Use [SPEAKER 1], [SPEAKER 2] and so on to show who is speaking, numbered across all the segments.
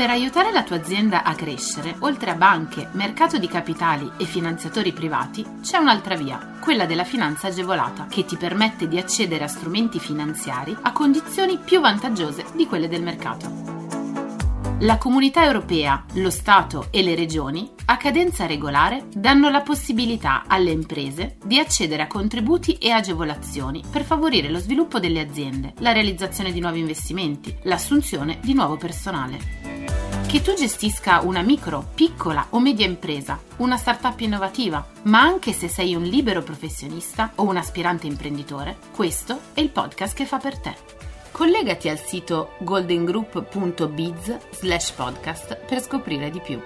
[SPEAKER 1] Per aiutare la tua azienda a crescere, oltre a banche, mercato di capitali e finanziatori privati, c'è un'altra via, quella della finanza agevolata, che ti permette di accedere a strumenti finanziari a condizioni più vantaggiose di quelle del mercato. La Comunità Europea, lo Stato e le Regioni, a cadenza regolare, danno la possibilità alle imprese di accedere a contributi e agevolazioni per favorire lo sviluppo delle aziende, la realizzazione di nuovi investimenti, l'assunzione di nuovo personale. Che tu gestisca una micro, piccola o media impresa, una startup innovativa, ma anche se sei un libero professionista o un aspirante imprenditore, questo è il podcast che fa per te. Collegati al sito goldengroup.biz/podcast per scoprire di più.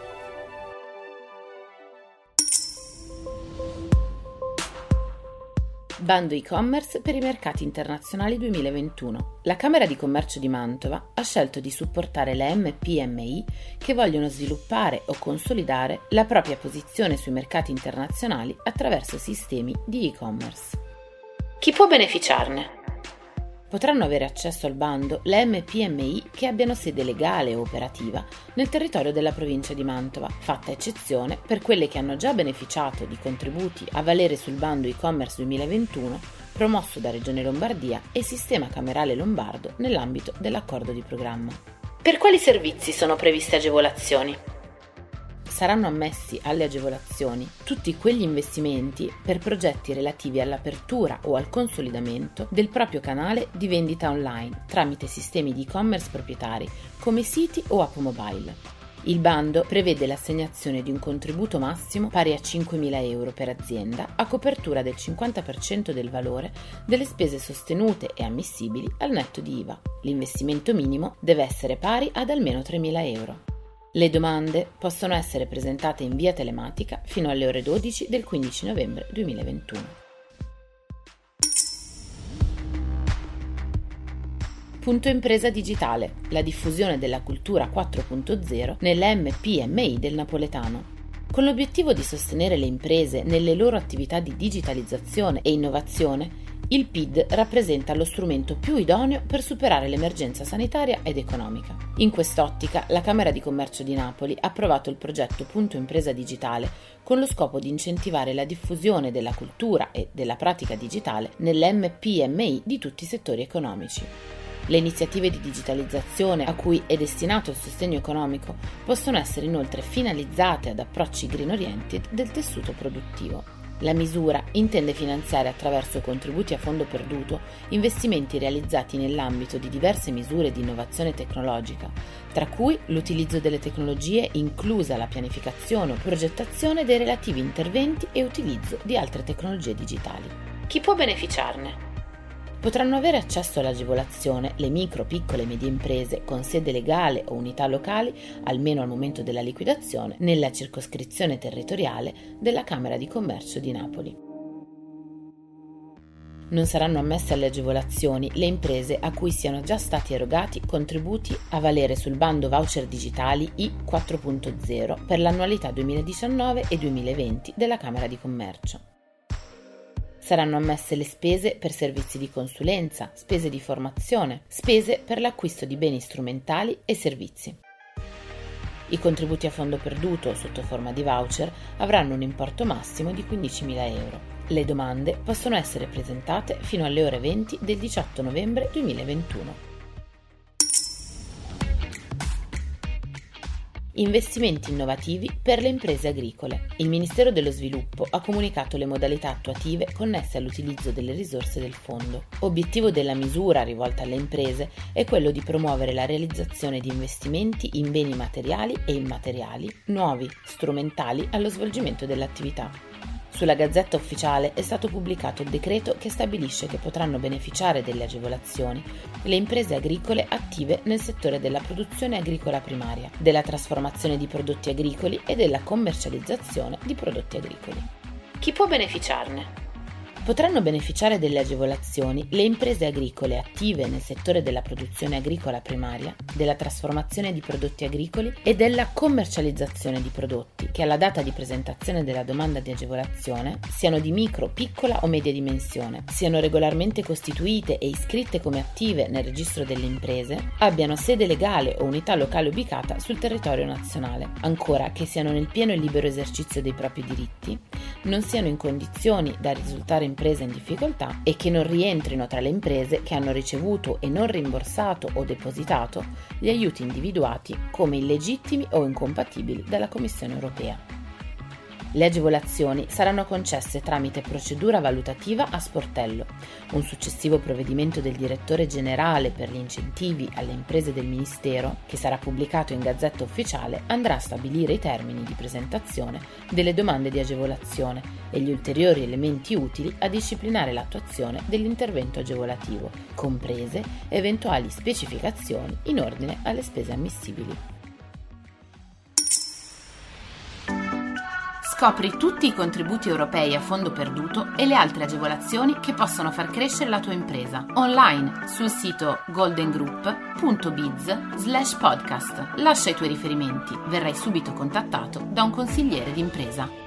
[SPEAKER 1] Bando e-commerce per i mercati internazionali 2021. La Camera di Commercio di Mantova ha scelto di supportare le MPMI che vogliono sviluppare o consolidare la propria posizione sui mercati internazionali attraverso sistemi di e-commerce. Chi può beneficiarne? Potranno avere accesso al bando le MPMI che abbiano sede legale o operativa nel territorio della provincia di Mantova, fatta eccezione per quelle che hanno già beneficiato di contributi a valere sul bando e-commerce 2021 promosso da Regione Lombardia e Sistema Camerale Lombardo nell'ambito dell'accordo di programma. Per quali servizi sono previste agevolazioni? Saranno ammessi alle agevolazioni tutti quegli investimenti per progetti relativi all'apertura o al consolidamento del proprio canale di vendita online tramite sistemi di e-commerce proprietari come siti o app mobile. Il bando prevede l'assegnazione di un contributo massimo pari a 5.000 euro per azienda a copertura del 50% del valore delle spese sostenute e ammissibili al netto di IVA. L'investimento minimo deve essere pari ad almeno 3.000 euro. Le domande possono essere presentate in via telematica fino alle ore 12 del 15 novembre 2021. Punto Impresa Digitale, la diffusione della cultura 4.0 nelle MPMI del napoletano. Con l'obiettivo di sostenere le imprese nelle loro attività di digitalizzazione e innovazione, il PID rappresenta lo strumento più idoneo per superare l'emergenza sanitaria ed economica. In quest'ottica, la Camera di Commercio di Napoli ha approvato il progetto Punto Impresa Digitale con lo scopo di incentivare la diffusione della cultura e della pratica digitale nelle MPMI di tutti i settori economici. Le iniziative di digitalizzazione a cui è destinato il sostegno economico possono essere inoltre finalizzate ad approcci green oriented del tessuto produttivo. La misura intende finanziare attraverso contributi a fondo perduto investimenti realizzati nell'ambito di diverse misure di innovazione tecnologica, tra cui l'utilizzo delle tecnologie inclusa la pianificazione o progettazione dei relativi interventi e utilizzo di altre tecnologie digitali. Chi può beneficiarne? Potranno avere accesso all'agevolazione le micro, piccole e medie imprese con sede legale o unità locali, almeno al momento della liquidazione, nella circoscrizione territoriale della Camera di Commercio di Napoli. Non saranno ammesse alle agevolazioni le imprese a cui siano già stati erogati contributi a valere sul bando voucher digitali I4.0 per l'annualità 2019 e 2020 della Camera di Commercio. Saranno ammesse le spese per servizi di consulenza, spese di formazione, spese per l'acquisto di beni strumentali e servizi. I contributi a fondo perduto o sotto forma di voucher avranno un importo massimo di 15.000 euro. Le domande possono essere presentate fino alle ore 20 del 18 novembre 2021. Investimenti innovativi per le imprese agricole. Il Ministero dello Sviluppo ha comunicato le modalità attuative connesse all'utilizzo delle risorse del fondo. Obiettivo della misura rivolta alle imprese è quello di promuovere la realizzazione di investimenti in beni materiali e immateriali, nuovi, strumentali allo svolgimento dell'attività. Sulla Gazzetta Ufficiale è stato pubblicato il decreto che stabilisce che potranno beneficiare delle agevolazioni le imprese agricole attive nel settore della produzione agricola primaria, della trasformazione di prodotti agricoli e della commercializzazione di prodotti agricoli. Chi può beneficiarne? Potranno beneficiare delle agevolazioni le imprese agricole attive nel settore della produzione agricola primaria, della trasformazione di prodotti agricoli e della commercializzazione di prodotti che alla data di presentazione della domanda di agevolazione siano di micro, piccola o media dimensione, siano regolarmente costituite e iscritte come attive nel registro delle imprese, abbiano sede legale o unità locale ubicata sul territorio nazionale, ancora che siano nel pieno e libero esercizio dei propri diritti, non siano in condizioni da risultare imprese in difficoltà e che non rientrino tra le imprese che hanno ricevuto e non rimborsato o depositato gli aiuti individuati come illegittimi o incompatibili dalla Commissione europea. Le agevolazioni saranno concesse tramite procedura valutativa a sportello. Un successivo provvedimento del direttore generale per gli incentivi alle imprese del Ministero, che sarà pubblicato in Gazzetta Ufficiale, andrà a stabilire i termini di presentazione delle domande di agevolazione e gli ulteriori elementi utili a disciplinare l'attuazione dell'intervento agevolativo, comprese eventuali specificazioni in ordine alle spese ammissibili. Scopri tutti i contributi europei a fondo perduto e le altre agevolazioni che possono far crescere la tua impresa online sul sito goldengroup.biz/podcast. Lascia i tuoi riferimenti, verrai subito contattato da un consigliere d'impresa.